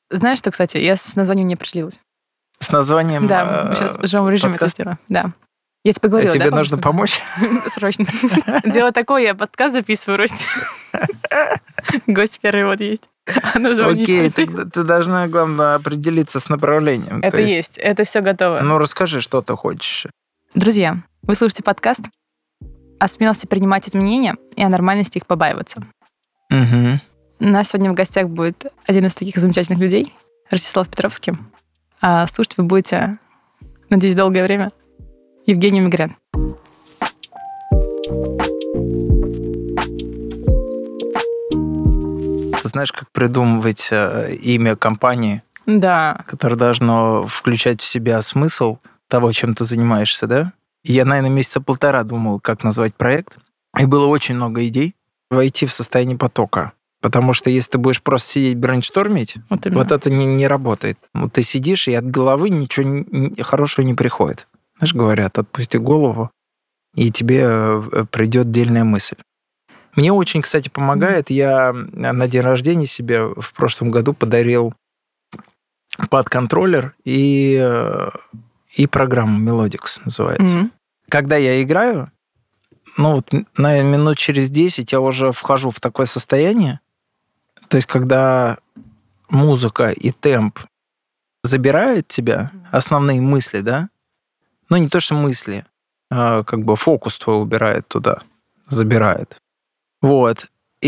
Знаешь что, кстати, я с названием не определилась. С названием Да, мы сейчас в живом режиме это сделаем. Да. Я тебе говорила, тебе да? нужно помочь? Срочно. Дело такое, я подкаст записываю, Ростя. Гость первый вот есть. Окей, ты должна, главное, определиться с направлением. Это есть, это все готово. Ну, расскажи, что ты хочешь. Друзья, вы слушаете подкаст о смелости принимать изменения и о нормальности их побаиваться. Угу. У нас сегодня в гостях будет один из таких замечательных людей, Ростислав Петровский. А слушать вы будете, надеюсь, долгое время, Евгений Мигрен. Ты знаешь, как придумывать имя компании, Да. которое должно включать в себя смысл того, чем ты занимаешься, да? И я, наверное, месяца полтора думал, как назвать проект. И было очень много идей войти в состояние потока. Потому что если ты будешь просто сидеть брейнштормить, вот это не работает. Вот ты сидишь, и от головы ничего хорошего не приходит. Знаешь, говорят, отпусти голову, и тебе придет дельная мысль. Мне очень, кстати, помогает. Я на день рождения себе в прошлом году подарил пад-контроллер и программу Melodics называется. Mm-hmm. Когда я играю, наверное, минут через 10 я уже вхожу в такое состояние, то есть когда музыка и темп забирают тебя, основные мысли, да? Ну, не то, что мысли, как бы фокус твой убирает туда, забирает. Вот.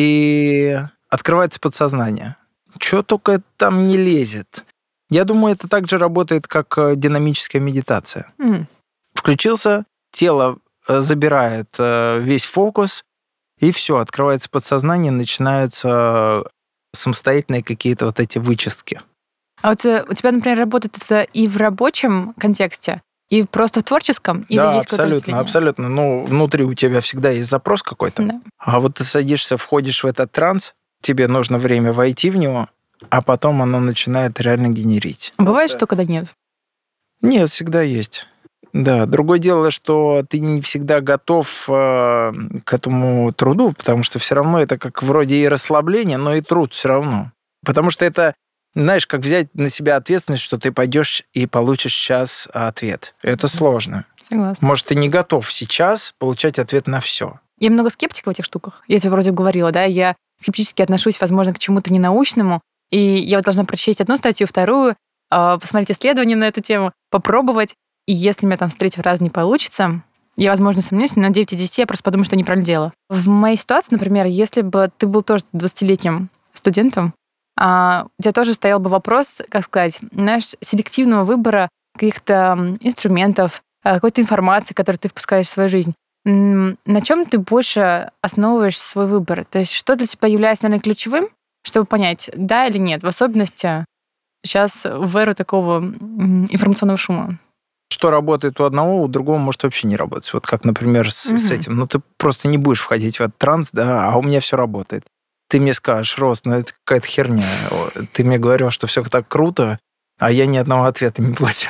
И открывается подсознание. Что только там не лезет. Я думаю, это также работает, как динамическая медитация. Mm. Включился, тело забирает весь фокус, и все, открывается подсознание, начинаются самостоятельные какие-то вот эти вычистки. А вот у тебя, например, работает это и в рабочем контексте, и просто в творческом? Или Да, есть абсолютно, абсолютно. Ну, внутри у тебя всегда есть запрос какой-то, да. А вот ты садишься, входишь в этот транс, тебе нужно время войти в него, а потом оно начинает реально генерить. Бывает, что когда нет? Нет, всегда есть. Да, другое дело, что ты не всегда готов к этому труду, потому что все равно это как вроде и расслабление, но и труд все равно. Потому что это, знаешь, как взять на себя ответственность, что ты пойдешь и получишь сейчас ответ. Это сложно. Согласна. Может, ты не готов сейчас получать ответ на все. Я много скептиков в этих штуках. Я тебе вроде говорила, да, я скептически отношусь, возможно, к чему-то ненаучному, и я вот должна прочесть одну статью, вторую, посмотреть исследования на эту тему, попробовать. И если у меня там с третьего раза не получится, я, возможно, сомнюсь, но на 9 из 10 я просто подумаю, что неправильно делала. В моей ситуации, например, если бы ты был тоже 20-летним студентом, у тебя тоже стоял бы вопрос, как сказать, знаешь, селективного выбора каких-то инструментов, какой-то информации, которую ты впускаешь в свою жизнь. На чем ты больше основываешь свой выбор? То есть что для тебя является, наверное, ключевым, чтобы понять, да или нет, в особенности сейчас в эру такого информационного шума? Что работает у одного, у другого может вообще не работать. Вот как, например, с этим. Ну, ты просто не будешь входить в этот транс, да, а у меня все работает. Ты мне скажешь, Рост, ну это какая-то херня. Ты мне говорил, что все так круто, а я ни одного ответа не получил.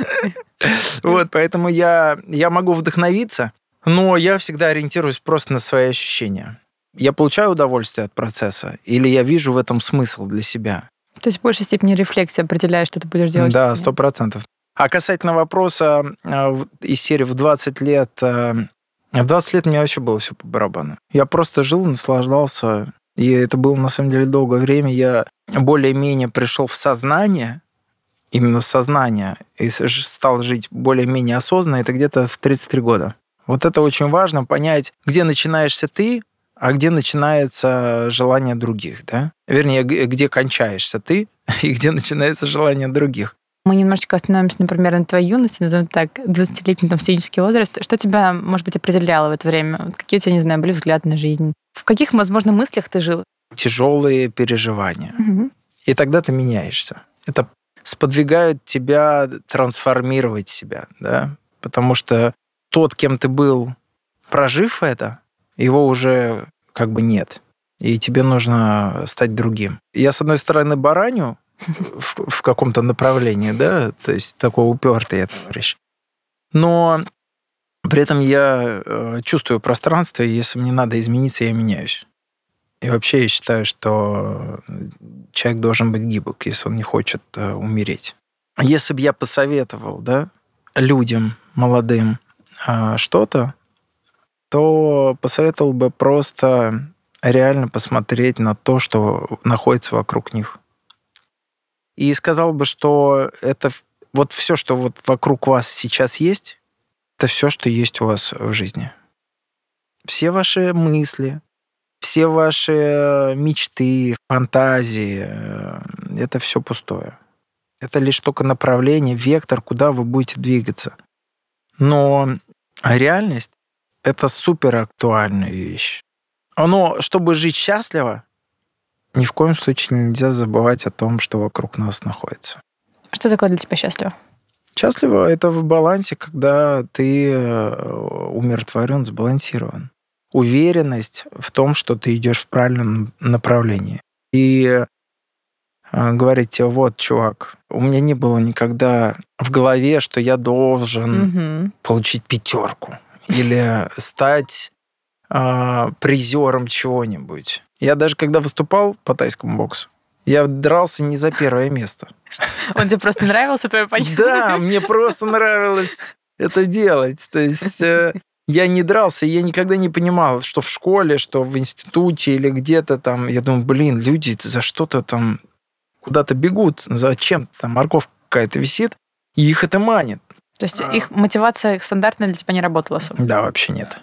Вот, поэтому я могу вдохновиться, но я всегда ориентируюсь просто на свои ощущения. Я получаю удовольствие от процесса, или я вижу в этом смысл для себя. То есть в большей степени рефлексия определяет, что ты будешь делать. Да, 100%. А касательно вопроса из серии в 20 лет... В 20 лет мне вообще было все по барабану. Я просто жил, наслаждался. И это было, на самом деле, долгое время. Я более-менее пришел в сознание, именно сознание, и стал жить более-менее осознанно. Это где-то в 33 года. Вот это очень важно, понять, где начинаешься ты, а где начинается желание других, да? Вернее, где кончаешься ты, и где начинается желание других. Мы немножечко остановимся, например, на твоей юности, назовем так, 20-летний там студенческий возраст. Что тебя, может быть, определяло в это время? Какие у тебя, не знаю, были взгляды на жизнь? В каких, возможно, мыслях ты жил? Тяжелые переживания. Угу. И тогда ты меняешься. Это сподвигает тебя трансформировать себя, да? Потому что тот, кем ты был, прожив это, его уже как бы нет. И тебе нужно стать другим. Я, с одной стороны, бараню в каком-то направлении, да, то есть такой упертый я товарищ. Но при этом я чувствую пространство, и если мне надо измениться, я меняюсь. И вообще я считаю, что человек должен быть гибок, если он не хочет умереть. Если бы я посоветовал, да, людям молодым что-то, то посоветовал бы просто реально посмотреть на то, что находится вокруг них. И сказал бы, что это вот все, что вот вокруг вас сейчас есть, это все, что есть у вас в жизни. Все ваши мысли, все ваши мечты, фантазии, это все пустое. Это лишь только направление, вектор, куда вы будете двигаться. Но реальность — это супер актуальная вещь. Но чтобы жить счастливо, ни в коем случае нельзя забывать о том, что вокруг нас находится. Что такое для тебя счастливо? Счастливо — это в балансе, когда ты умиротворен, сбалансирован. Уверенность в том, что ты идешь в правильном направлении. И говорить тебе: вот, чувак, у меня не было никогда в голове, что я должен получить 5 или стать призером чего-нибудь. Я даже когда выступал по тайскому боксу, я дрался не за 1 место. Он тебе просто нравился, твое понятие? Да, мне просто нравилось это делать. То есть я не дрался, я никогда не понимал, что в школе, что в институте или где-то там. Я думаю, люди за что-то там куда-то бегут, зачем там морковка какая-то висит, и их это манит. То есть их мотивация стандартная для тебя не работала особо? Да, вообще нет.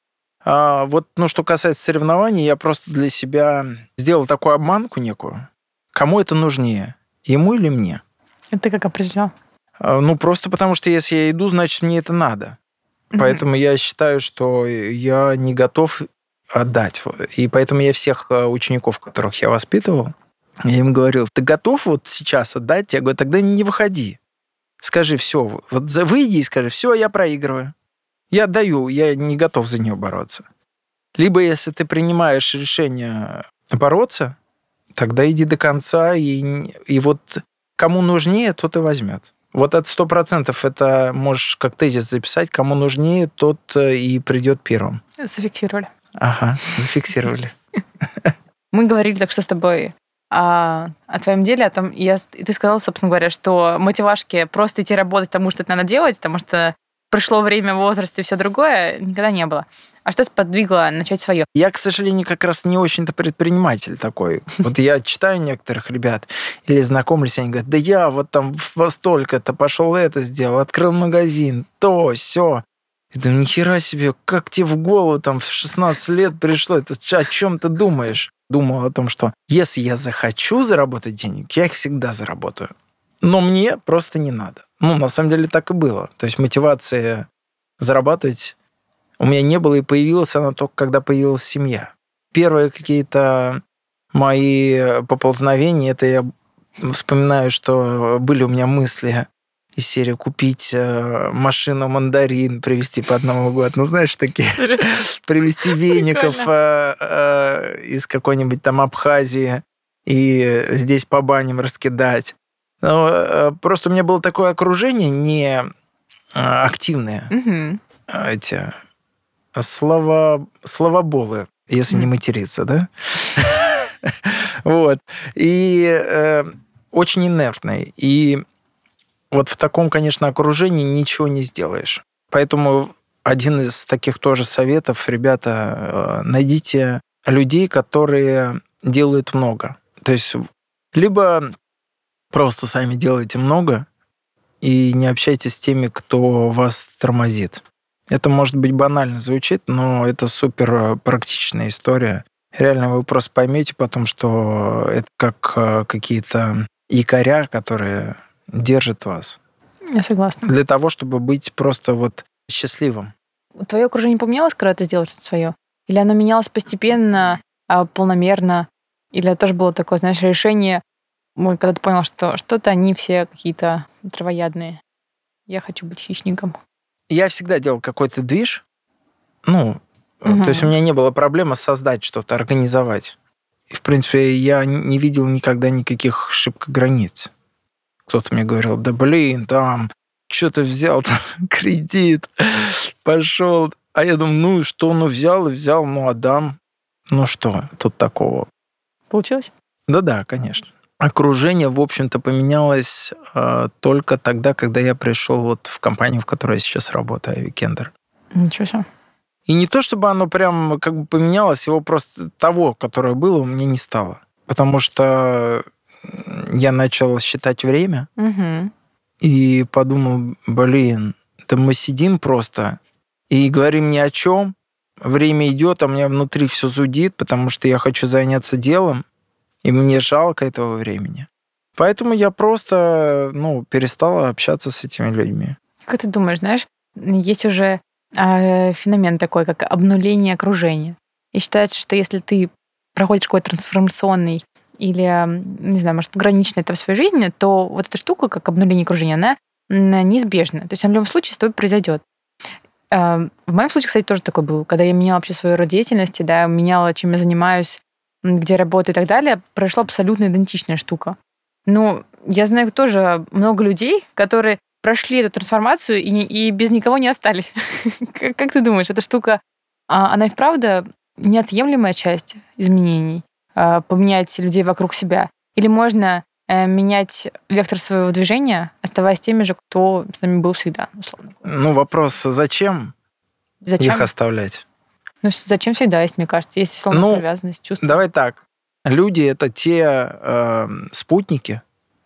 Что касается соревнований, я просто для себя сделал такую обманку некую. Кому это нужнее, ему или мне? Это ты как определял? Просто потому что если я иду, значит, мне это надо. Поэтому я считаю, что я не готов отдать. И поэтому я всех учеников, которых я воспитывал, я им говорил: ты готов вот сейчас отдать? Я говорю: тогда не выходи. Скажи: все, вот выйди и скажи: все, я проигрываю. Я отдаю, я не готов за нее бороться. Либо если ты принимаешь решение бороться, тогда иди до конца, и вот кому нужнее, тот и возьмет. Вот это 100% это можешь как тезис записать: кому нужнее, тот и придет первым. Зафиксировали. Ага, зафиксировали. Мы говорили так что с тобой о твоем деле, о том, и ты сказала, собственно говоря, что мотивашки просто идти работать, потому что это надо делать, потому что пришло время, возраст и все другое, никогда не было. А что сподвигло начать свое? Я, к сожалению, как раз не очень-то предприниматель такой. Вот я читаю некоторых ребят или знакомлюсь, они говорят: да я вот там во столько-то пошел это сделал, открыл магазин, то, сё. Я думаю: нихера себе, как тебе в голову там в 16 лет пришло? Это о чем ты думаешь? Думал о том, что если я захочу заработать денег, я их всегда заработаю. Но мне просто не надо. На самом деле так и было. То есть мотивации зарабатывать у меня не было, и появилась она только когда появилась семья. Первые какие-то мои поползновения, это я вспоминаю, что были у меня мысли из серии купить машину мандарин, привезти под Новый год. Знаешь, такие. Привезти веников из какой-нибудь там Абхазии и здесь по баням раскидать. Но просто у меня было такое окружение не активное. Эти словоболы, если не материться, да? Вот. И очень инертный. И вот в таком, конечно, окружении ничего не сделаешь. Поэтому один из таких тоже советов: ребята, найдите людей, которые делают много. То есть либо просто сами делайте много и не общайтесь с теми, кто вас тормозит. Это, может быть, банально звучит, но это супер практичная история. Реально вы просто поймете потом, что это как какие-то якоря, которые держат вас. Я согласна. Для того, чтобы быть просто вот счастливым. Твое окружение поменялось, когда ты сделал что-то свое? Или оно менялось постепенно, полномерно? Или это тоже было такое, знаешь, решение, когда ты понял, что что-то они все какие-то травоядные? Я хочу быть хищником. Я всегда делал какой-то движ. То есть у меня не было проблемы создать что-то, организовать. И, в принципе, я не видел никогда никаких шибко границ. Кто-то мне говорил: да блин, там, что ты взял там кредит, пошел. А я думаю: взял и взял, отдам. Ну что тут такого? Получилось? Да-да, конечно. Окружение, в общем-то, поменялось только тогда, когда я пришел вот в компанию, в которой я сейчас работаю, Weekender. Ничего себе. И не то, чтобы оно прям как бы поменялось, его просто того, которое было, у меня не стало. Потому что я начал считать время Угу. и подумал, да мы сидим просто и говорим ни о чем. Время идет, а у меня внутри все зудит, потому что я хочу заняться делом, и мне жалко этого времени. Поэтому я просто, перестал общаться с этими людьми. Как ты думаешь, знаешь, есть уже феномен такой, как обнуление окружения. И считается, что если ты проходишь какой-то трансформационный или, не знаю, может, пограничный этап своей жизни, то вот эта штука, как обнуление окружения, она неизбежна. То есть она в любом случае с тобой произойдет. В моем случае, кстати, тоже такой был. Когда я меняла вообще свою род деятельности, да, меняла, чем я занимаюсь, где работаю и так далее, произошла абсолютно идентичная штука. Но я знаю тоже много людей, которые прошли эту трансформацию и без никого не остались. Как ты думаешь, эта штука, она и вправду неотъемлемая часть изменений? Поменять людей вокруг себя? Или можно менять вектор своего движения, оставаясь теми же, кто с нами был всегда, условно? Вопрос, зачем их оставлять? Зачем всегда есть, мне кажется, есть условно привязанность, чувство. Давай так. Люди — это те спутники,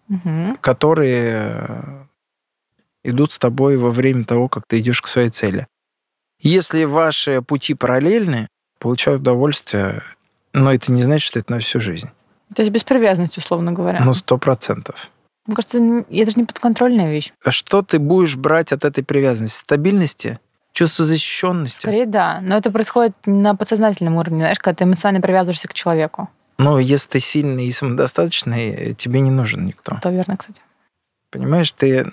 которые идут с тобой во время того, как ты идешь к своей цели. Если ваши пути параллельны, получают удовольствие, но это не значит, что это на всю жизнь. То есть без привязанности, условно говоря. 100%. Мне кажется, это же не подконтрольная вещь. Что ты будешь брать от этой привязанности? Стабильности? Чувство защищенности? Скорее, да. Но это происходит на подсознательном уровне, знаешь, когда ты эмоционально привязываешься к человеку. Если ты сильный и самодостаточный, тебе не нужен никто. Это верно, кстати. Понимаешь, ты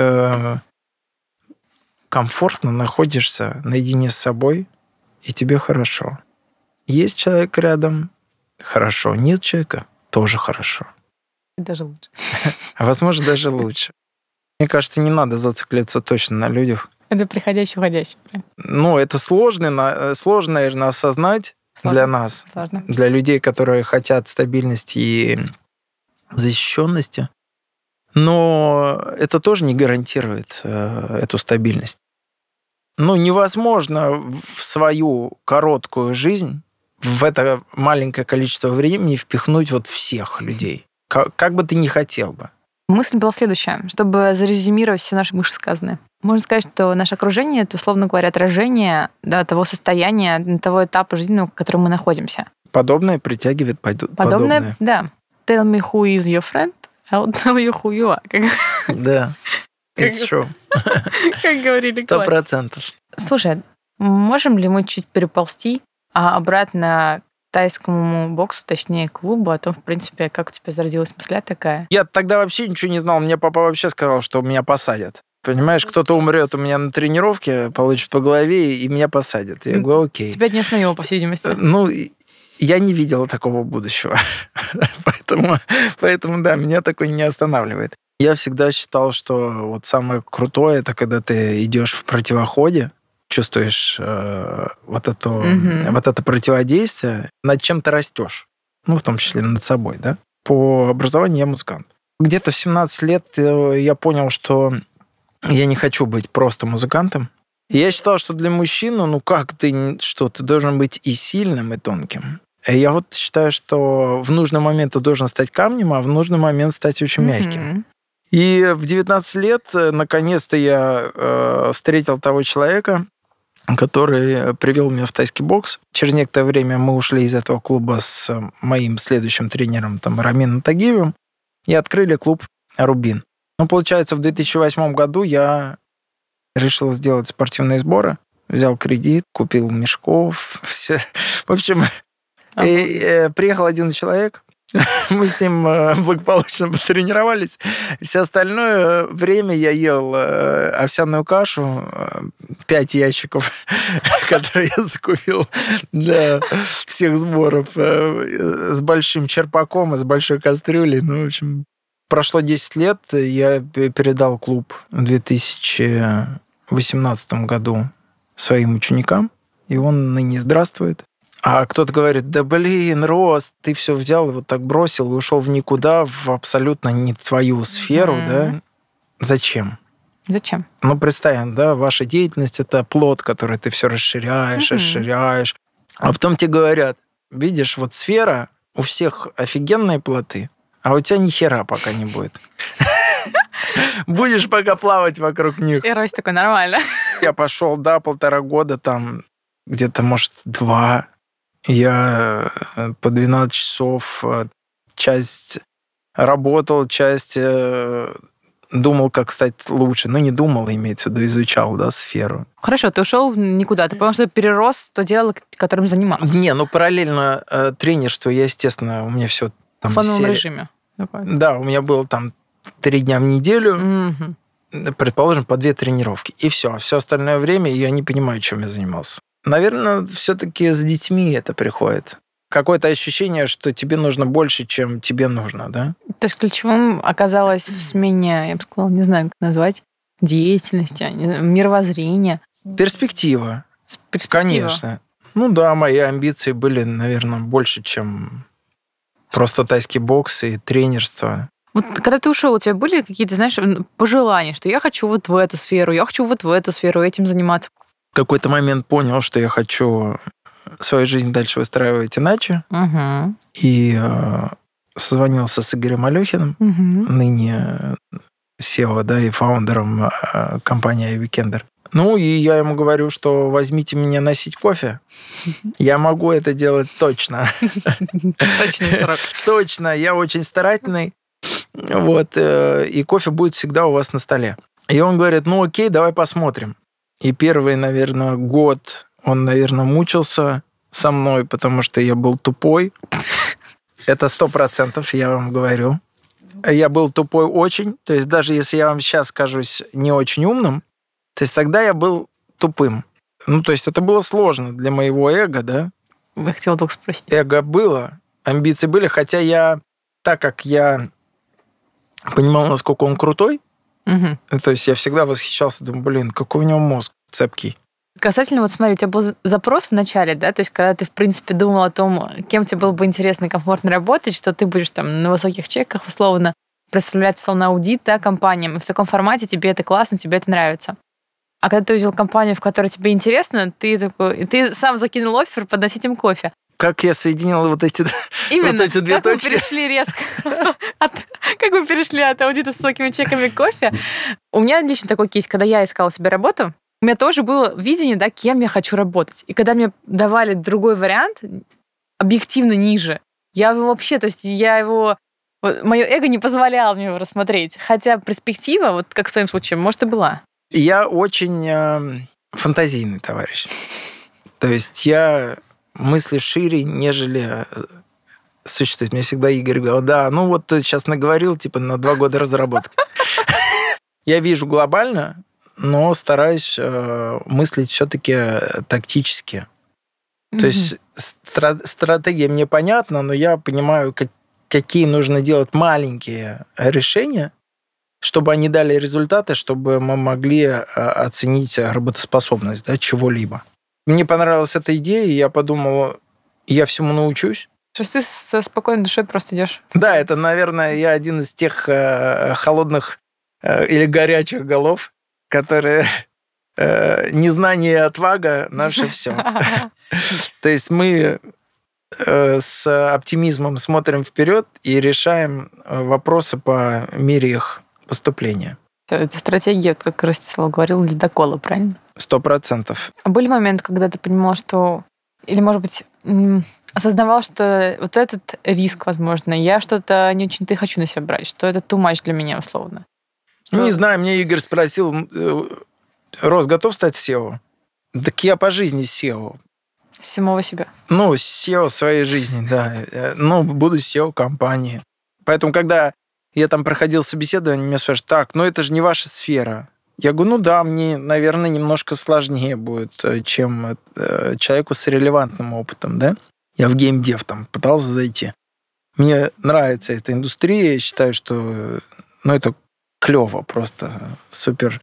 комфортно находишься наедине с собой, и тебе хорошо. Есть человек рядом — хорошо. Нет человека — тоже хорошо. И даже лучше. Возможно, даже лучше. Мне кажется, не надо зацикливаться точно на людях. Это приходящий, уходящий. Это сложно, наверное, осознать для нас. Сложно. Для людей, которые хотят стабильности и защищенности. Но это тоже не гарантирует эту стабильность. Невозможно в свою короткую жизнь, в это маленькое количество времени впихнуть всех людей. Как бы ты ни хотел бы. Мысль была следующая, чтобы зарезюмировать все наше вышесказанное. Можно сказать, что наше окружение — это, условно говоря, отражение того состояния, того этапа жизненного, в котором мы находимся. Подобное притягивает подобное. Да. Tell me who is your friend, I'll tell you who you are. Да, it's true. Как говорили 100%. Слушай, можем ли мы чуть переползти обратно к тайскому боксу, точнее, клубу, о том, в принципе, как у тебя зародилась мысля такая? Я тогда вообще ничего не знал. Мне папа вообще сказал, что меня посадят. Понимаешь, кто-то умрет у меня на тренировке, получит по голове, и меня посадят. Я говорю, окей. Тебя не остановило, по всей видимости. Я не видел такого будущего. Поэтому, да, меня такое не останавливает. Я всегда считал, что самое крутое — это когда ты идешь в противоходе, чувствуешь это противодействие, над чем ты растешь. В том числе над собой, да? По образованию я музыкант. Где-то в 17 лет я понял, что я не хочу быть просто музыкантом. И я считал, что для мужчины, ты должен быть и сильным, и тонким. И я считаю, что в нужный момент ты должен стать камнем, а в нужный момент стать очень мягким. И в 19 лет, наконец-то, я встретил того человека, который привел меня в тайский бокс. Через некоторое время мы ушли из этого клуба с моим следующим тренером, Рамином Тагиевым, и открыли клуб «Рубин». Получается, в 2008 году я решил сделать спортивные сборы, взял кредит, купил мешков, все. В общем, приехал один человек, мы с ним благополучно потренировались. Все остальное время я ел овсяную кашу, 5 ящиков, которые я закупил для всех сборов, с большим черпаком и с большой кастрюлей. В общем, прошло 10 лет, я передал клуб в 2018 году своим ученикам, и он ныне здравствует. А кто-то говорит, да блин, Рос, ты все взял, вот так бросил и ушел в никуда, в абсолютно не твою сферу, да? Зачем? Зачем? Ну, представим, да, ваша деятельность – это плод, который ты все расширяешь, расширяешь. А потом тебе говорят, видишь, вот сфера, у всех офигенные плоты, а у тебя ни хера пока не будет. Будешь пока плавать вокруг них. И Рось такой, нормально. Я пошел, да, 1,5 года, там, где-то, может, 2. Я по 12 часов часть работал, часть думал, как стать лучше. Ну, не думал, имеется в виду, изучал, да, сферу. Хорошо, ты ушел никуда, ты понял, что перерос то дело, которым занимался. Не, ну, параллельно тренерству я, естественно, у меня все там... В фоновом режиме. Да, у меня было там 3 дня в неделю, предположим, по 2 тренировки. И все. А все остальное время я не понимаю, чем я занимался. Наверное, все-таки с детьми это приходит. Какое-то ощущение, что тебе нужно больше, чем тебе нужно, да? То есть ключевым оказалось в смене, я бы сказала, не знаю, как назвать, деятельности, мировоззрения. Перспектива. Конечно. Ну да, мои амбиции были, наверное, больше, чем просто тайский бокс и тренерство. Вот когда ты ушел, у тебя были какие-то, знаешь, пожелания, что я хочу вот в эту сферу, я хочу вот в эту сферу, этим заниматься? В какой-то момент понял, что я хочу свою жизнь дальше выстраивать иначе. И созвонился с Игорем Алехиным, ныне SEO, да, и фаундером компании iWeekender. Ну, и я ему говорю, что возьмите меня носить кофе. Я могу это делать точно. Точный срок. Точно, я очень старательный. Вот, и кофе будет всегда у вас на столе. И он говорит, ну окей, давай посмотрим. И первый, наверное, год он, наверное, мучился со мной, потому что я был тупой. Это 100%, я вам говорю. Я был тупой очень. То есть даже если я вам сейчас кажусь не очень умным, то есть тогда я был тупым. Ну, то есть это было сложно для моего эго, да? Я хотела только спросить. Эго было, амбиции были, хотя я, так как я понимал, насколько он крутой, то есть я всегда восхищался, думаю, блин, какой у него мозг цепкий. Касательно, вот смотри, у тебя был запрос в начале, да, то есть когда ты, в принципе, думал о том, кем тебе было бы интересно и комфортно работать, что ты будешь там на высоких чеках, условно, представлять, условно, аудит, да, компаниям, и в таком формате тебе это классно, тебе это нравится. А когда ты увидел компанию, в которой тебе интересно, ты такой, ты сам закинул оффер подносить им кофе. Как я соединил вот эти, именно, вот эти две как точки? Вы перешли резко как вы перешли от аудита с высокими чеками к кофе? У меня лично такой кейс, когда я искала себе работу, у меня тоже было видение, да, кем я хочу работать. И когда мне давали другой вариант, объективно ниже, я его вообще, то есть я его... Мое эго не позволяло мне его рассмотреть. Хотя перспектива, вот как в своем случае, может, и была. Я очень фантазийный товарищ. То есть я мыслю шире, нежели существует. Мне всегда Игорь говорил, да, ну вот ты сейчас наговорил, типа, на 2 года разработки. Я вижу глобально, но стараюсь мыслить все-таки тактически. То есть стратегия мне понятна, но я понимаю, какие нужно делать маленькие решения, чтобы они дали результаты, чтобы мы могли оценить работоспособность, да, чего-либо. Мне понравилась эта идея, и я подумал, я всему научусь. То есть ты со спокойной душой просто идешь? Да, это, наверное, я один из тех холодных или горячих голов, которые незнание и отвага наше все. То есть мы с оптимизмом смотрим вперед и решаем вопросы по мере их поступления. Это стратегия, как Ростислав говорил, ледокола, правильно? 100%. А были моменты, когда ты понимал, что... Или, может быть, осознавал, что вот этот риск, возможно, я что-то не очень-то и хочу на себя брать, что это too much для меня, условно? Что... Не знаю, мне Игорь спросил, Рос, готов стать SEO? Так я по жизни SEO. С самого себя? Ну, SEO своей жизни, да. Ну, буду SEO компании. Поэтому, когда я там проходил собеседование, меня спрашивают, так, ну это же не ваша сфера. Я говорю, ну да, мне, наверное, немножко сложнее будет, чем человеку с релевантным опытом, да. Я в геймдев там пытался зайти. Мне нравится эта индустрия, я считаю, что ну, это клево, просто супер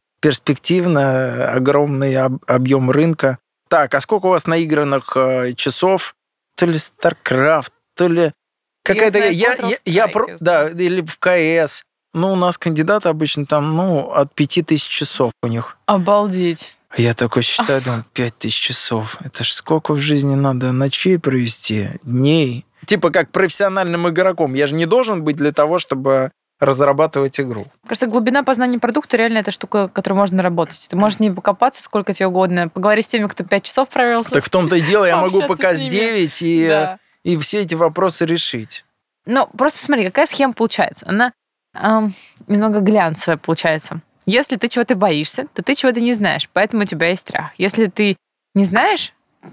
перспективно, огромный объем рынка. Так, а сколько у вас наигранных часов то ли StarCraft, то ли какая-то... Да, или в КС. Ну, у нас кандидаты обычно там, от 5000 часов у них. Обалдеть. Я такой считаю, думаю, 5000 часов. Это ж сколько в жизни надо ночей провести, дней. Типа как профессиональным игроком. Я же не должен быть для того, чтобы разрабатывать игру. Кажется, глубина познания продукта реально это штука, которую можно наработать. Ты можешь не покопаться сколько тебе угодно, поговорить с теми, кто 5 часов провелся. Так в том-то и дело, я могу пока с 9 и все эти вопросы решить. Ну, просто смотри, какая схема получается. Она немного глянцевая получается. Если ты чего-то боишься, то ты чего-то не знаешь, поэтому у тебя есть страх. Если ты не знаешь,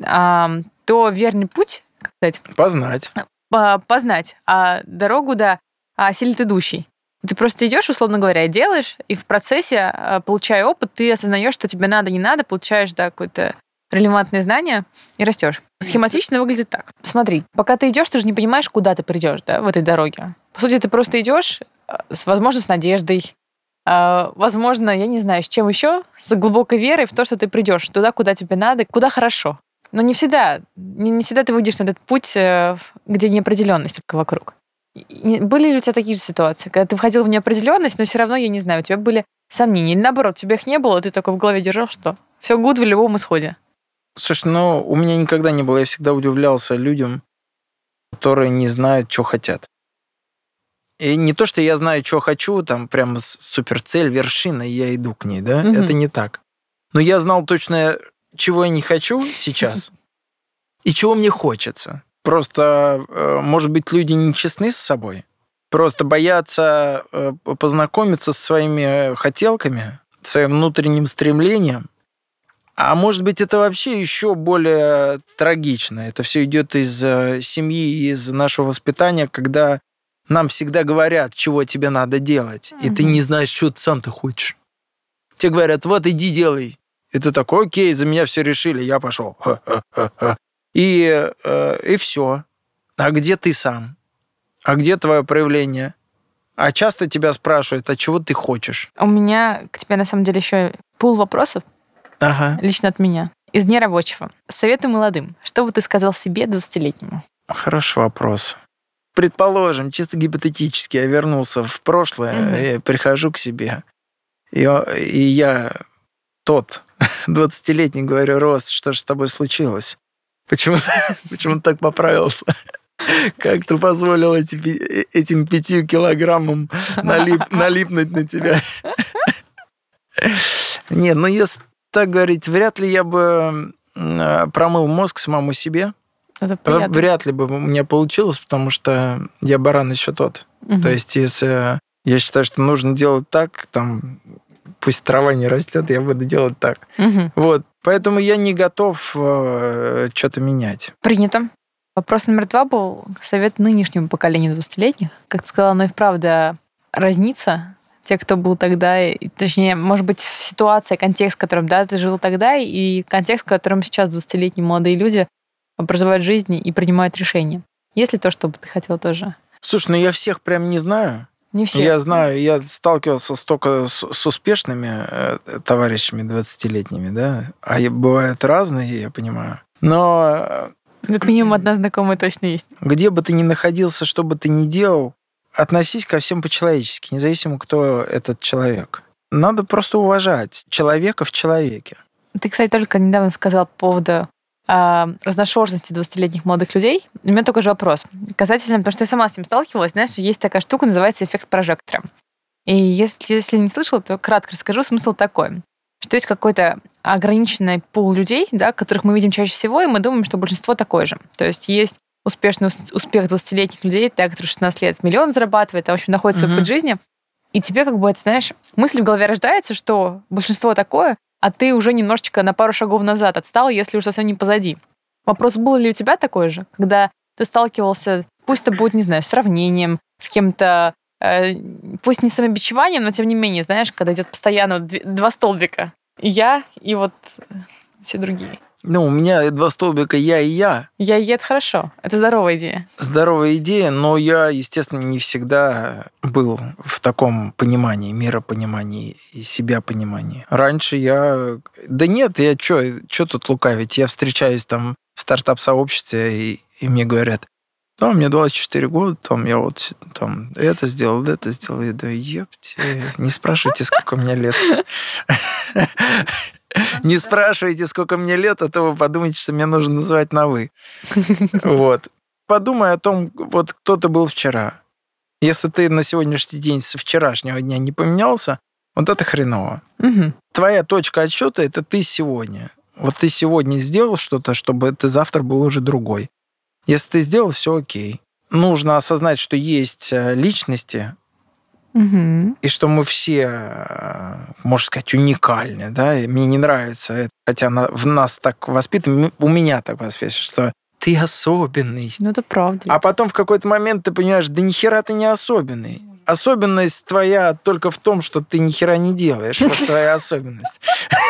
то верный путь, как сказать... Познать. А дорогу, осилит идущий. Ты просто идешь, условно говоря, делаешь, и в процессе, получая опыт, ты осознаешь, что тебе надо, не надо, получаешь какое-то релевантное знание и растешь. Схематично выглядит так. Смотри, пока ты идешь, ты же не понимаешь, куда ты придешь, в этой дороге. По сути, ты просто идешь, возможно, с надеждой, возможно, я не знаю, с чем еще, с глубокой верой в то, что ты придешь туда, куда тебе надо, куда хорошо. Но не всегда ты выйдешь на этот путь, где неопределенность вокруг. Были ли у тебя такие же ситуации, когда ты входил в неопределенность, но все равно, я не знаю, у тебя были сомнения, или наоборот, у тебя их не было, ты такой в голове держал, что все гуд в любом исходе? Слушай, у меня никогда не было, я всегда удивлялся людям, которые не знают, что хотят. И не то, что я знаю, что хочу, там прям суперцель, вершина, и я иду к ней, да? Мгм. Это не так. Но я знал точно, чего я не хочу сейчас и чего мне хочется. Просто, может быть, люди нечестны с собой, просто боятся познакомиться со своими хотелками, своим внутренним стремлением. А может быть, это вообще еще более трагично. Это все идет из семьи, из нашего воспитания, когда нам всегда говорят, чего тебе надо делать, и ты не знаешь, что ты сам-то хочешь. Тебе говорят, вот иди делай. И ты такой, окей, за меня все решили, я пошел. И все. А где ты сам? А где твое проявление? А часто тебя спрашивают, а чего ты хочешь? У меня к тебе, на самом деле, еще пул вопросов, Ага. лично от меня, из нерабочего. Советы молодым. Что бы ты сказал себе 20-летнему? Хороший вопрос. Предположим, чисто гипотетически, я вернулся в прошлое, и прихожу к себе, и я тот 20-летний говорю, Рост, что же с тобой случилось? Почему ты так поправился? Как ты позволил этим 5 килограммам налипнуть на тебя? Нет, если так говорить, вряд ли я бы промыл мозг самому себе. Это приятно. Вряд ли бы у меня получилось, потому что я баран еще тот. То есть, если я считаю, что нужно делать так, пусть трава не растет, я буду делать так. Вот. Поэтому я не готов что-то менять. Принято. Вопрос номер 2 был совет нынешнему поколению 20-летних. Как ты сказала, оно и вправду разнится. Те, кто был тогда, точнее, может быть, ситуация, контекст, в котором ты жил тогда, и контекст, в котором сейчас 20-летние молодые люди проживают жизнь и принимают решения. Есть ли то, что бы ты хотел тоже? Слушай, я всех прям не знаю. Не все. Я знаю, я сталкивался только с успешными товарищами 20-летними, да, а бывают разные, я понимаю. Но... Как минимум одна знакомая точно есть. Где бы ты ни находился, что бы ты ни делал, относись ко всем по-человечески, независимо, кто этот человек. Надо просто уважать человека в человеке. Ты, кстати, только недавно сказал по поводу разношерстности 20-летних молодых людей. У меня такой же вопрос. Касательно, потому что я сама с ним сталкивалась, знаешь, есть такая штука, называется эффект прожектора. И если не слышала, то кратко расскажу. Смысл такой, что есть какой-то ограниченный пул людей, которых мы видим чаще всего, и мы думаем, что большинство такое же. То есть успешный успех 20-летних людей, которые 16 лет миллион зарабатывают, в общем, находят свой путь жизни. И тебе мысль в голове рождается, что большинство такое, а ты уже немножечко на пару шагов назад отстал, если уж совсем не позади. Вопрос, было ли у тебя такой же, когда ты сталкивался, пусть это будет, не знаю, сравнением с кем-то, пусть не самобичеванием, но тем не менее, знаешь, когда идет постоянно 2 столбика. И я, и все другие. У меня 2 столбика я и я. Я и это хорошо. Это здоровая идея. Здоровая идея, но я, естественно, не всегда был в таком понимании, миропонимании и себя-понимании. Раньше я... Да нет, я что тут лукавить? Я встречаюсь в в стартап-сообществе, и мне говорят, да, мне 24 года, там я вот там это сделал. Я да епте, не спрашивайте, сколько мне лет. Не спрашивайте, сколько мне лет, а то вы подумаете, что мне нужно называть на «вы». Вот. Подумай о том, вот кто ты был вчера. Если ты на сегодняшний день со вчерашнего дня не поменялся, вот это хреново. Твоя точка отсчета – это ты сегодня. Вот ты сегодня сделал что-то, чтобы ты завтра был уже другой. Если ты сделал, все окей. Нужно осознать, что есть личности, и что мы все, можно сказать, уникальны. Да? И мне не нравится это, хотя в нас так воспитано, у меня так воспитано, что ты особенный. Ну, это правда. А потом в какой-то момент ты понимаешь, да нихера ты не особенный. Особенность твоя только в том, что ты нихера не делаешь. Вот твоя особенность.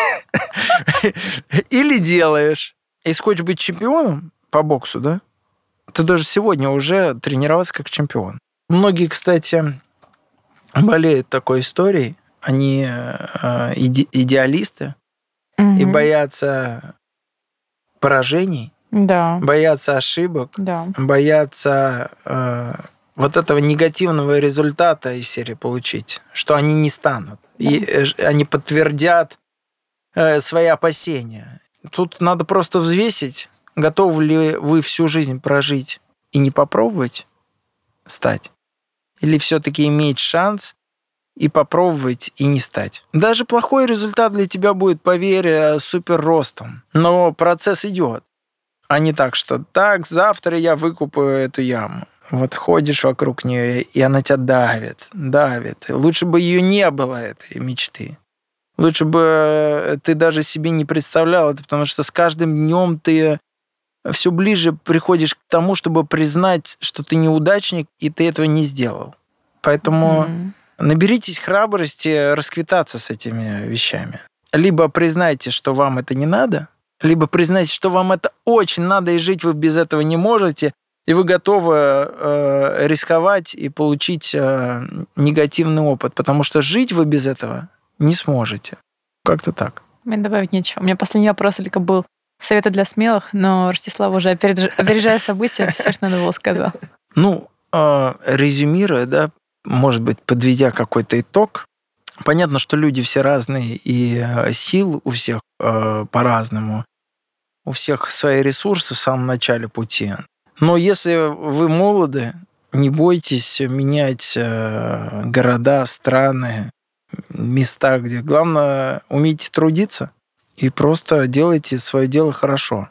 Или делаешь. Если хочешь быть чемпионом по боксу, да, ты должен сегодня уже тренироваться как чемпион. Многие, кстати, болеют такой историей. Они идеалисты и боятся поражений, боятся ошибок, боятся вот этого негативного результата из серии получить, что они не станут. И они подтвердят свои опасения. Тут надо просто взвесить, готовы ли вы всю жизнь прожить и не попробовать стать? Или все-таки иметь шанс и попробовать и не стать? Даже плохой результат для тебя будет, поверь, супер ростом. Но процесс идет. А не так, что так, завтра я выкупаю эту яму. Вот ходишь вокруг нее, и она тебя давит. Лучше бы ее не было, этой мечты. Лучше бы ты даже себе не представлял это, потому что с каждым днем ты все ближе приходишь к тому, чтобы признать, что ты неудачник, и ты этого не сделал. Поэтому наберитесь храбрости расквитаться с этими вещами. Либо признайте, что вам это не надо, либо признайте, что вам это очень надо, и жить вы без этого не можете, и вы готовы рисковать и получить негативный опыт, потому что жить вы без этого не сможете. Как-то так. Мне добавить нечего. У меня последний вопрос только был советы для смелых, но Ростислав уже, опережая события, все, что надо было, сказал. Ну, резюмируя, да, может быть, подведя какой-то итог, понятно, что люди все разные, и сил у всех по-разному, у всех свои ресурсы в самом начале пути. Но если вы молоды, не бойтесь менять города, страны, места, где главное умейте трудиться и просто делайте свое дело хорошо.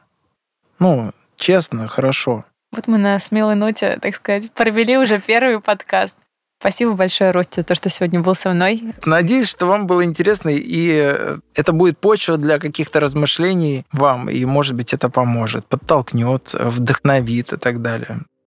Ну, честно, хорошо. Вот мы на смелой ноте, так сказать, провели уже первый подкаст. Спасибо большое, Ростя, за то, что сегодня был со мной. Надеюсь, что вам было интересно, и это будет почва для каких-то размышлений вам, и, может быть, это поможет, подтолкнет, вдохновит и так далее.